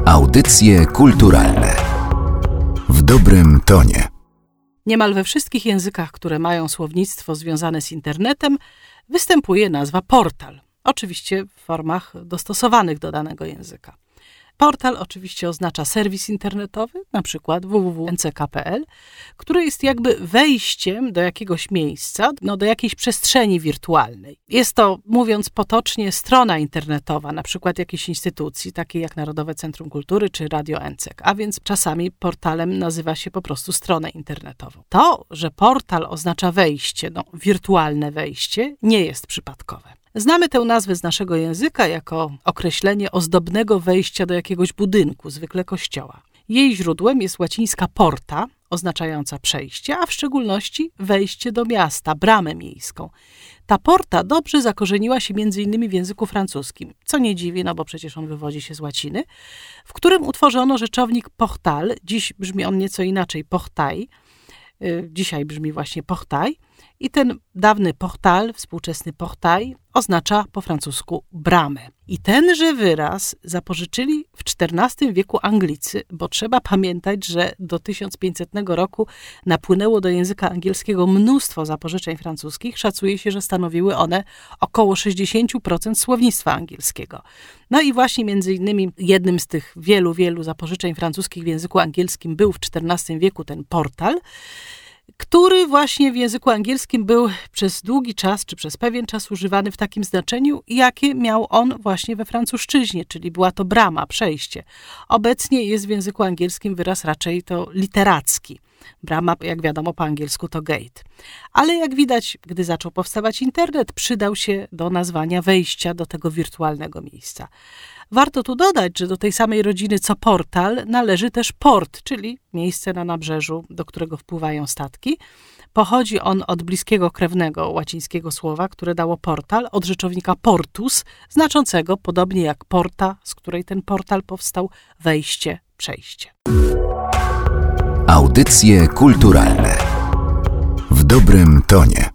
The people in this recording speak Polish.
Audycje kulturalne w dobrym tonie. Niemal we wszystkich językach, które mają słownictwo związane z internetem, występuje nazwa portal. Oczywiście w formach dostosowanych do danego języka. Portal oczywiście oznacza serwis internetowy, na przykład www.nck.pl, który jest jakby wejściem do jakiegoś miejsca, do jakiejś przestrzeni wirtualnej. Jest to, mówiąc potocznie, strona internetowa, na przykład jakiejś instytucji, takiej jak Narodowe Centrum Kultury czy Radio NCK, a więc czasami portalem nazywa się po prostu stronę internetową. To, że portal oznacza wejście, wirtualne wejście, nie jest przypadkowe. Znamy tę nazwę z naszego języka jako określenie ozdobnego wejścia do jakiegoś budynku, zwykle kościoła. Jej źródłem jest łacińska porta, oznaczająca przejście, a w szczególności wejście do miasta, bramę miejską. Ta porta dobrze zakorzeniła się m.in. w języku francuskim, co nie dziwi, bo przecież on wywodzi się z łaciny, w którym utworzono rzeczownik portal, dziś brzmi on nieco inaczej, portail, dzisiaj brzmi właśnie portail, i ten dawny portal, współczesny portail, oznacza po francusku bramę. I tenże wyraz zapożyczyli w XIV wieku Anglicy, bo trzeba pamiętać, że do 1500 roku napłynęło do języka angielskiego mnóstwo zapożyczeń francuskich. Szacuje się, że stanowiły one około 60% słownictwa angielskiego. No i właśnie między innymi jednym z tych wielu zapożyczeń francuskich w języku angielskim był w XIV wieku ten portal, który właśnie w języku angielskim był przez długi czas, czy przez pewien czas używany w takim znaczeniu, jakie miał on właśnie we francuszczyźnie, czyli była to brama, przejście. Obecnie jest w języku angielskim wyraz raczej to literacki. Brama, jak wiadomo, po angielsku to gate. Ale jak widać, gdy zaczął powstawać internet, przydał się do nazwania wejścia do tego wirtualnego miejsca. Warto tu dodać, że do tej samej rodziny co portal należy też port, czyli miejsce na nabrzeżu, do którego wpływają statki. Pochodzi on od bliskiego krewnego łacińskiego słowa, które dało portal, od rzeczownika portus, znaczącego, podobnie jak porta, z której ten portal powstał, wejście, przejście. Audycje kulturalne w dobrym tonie.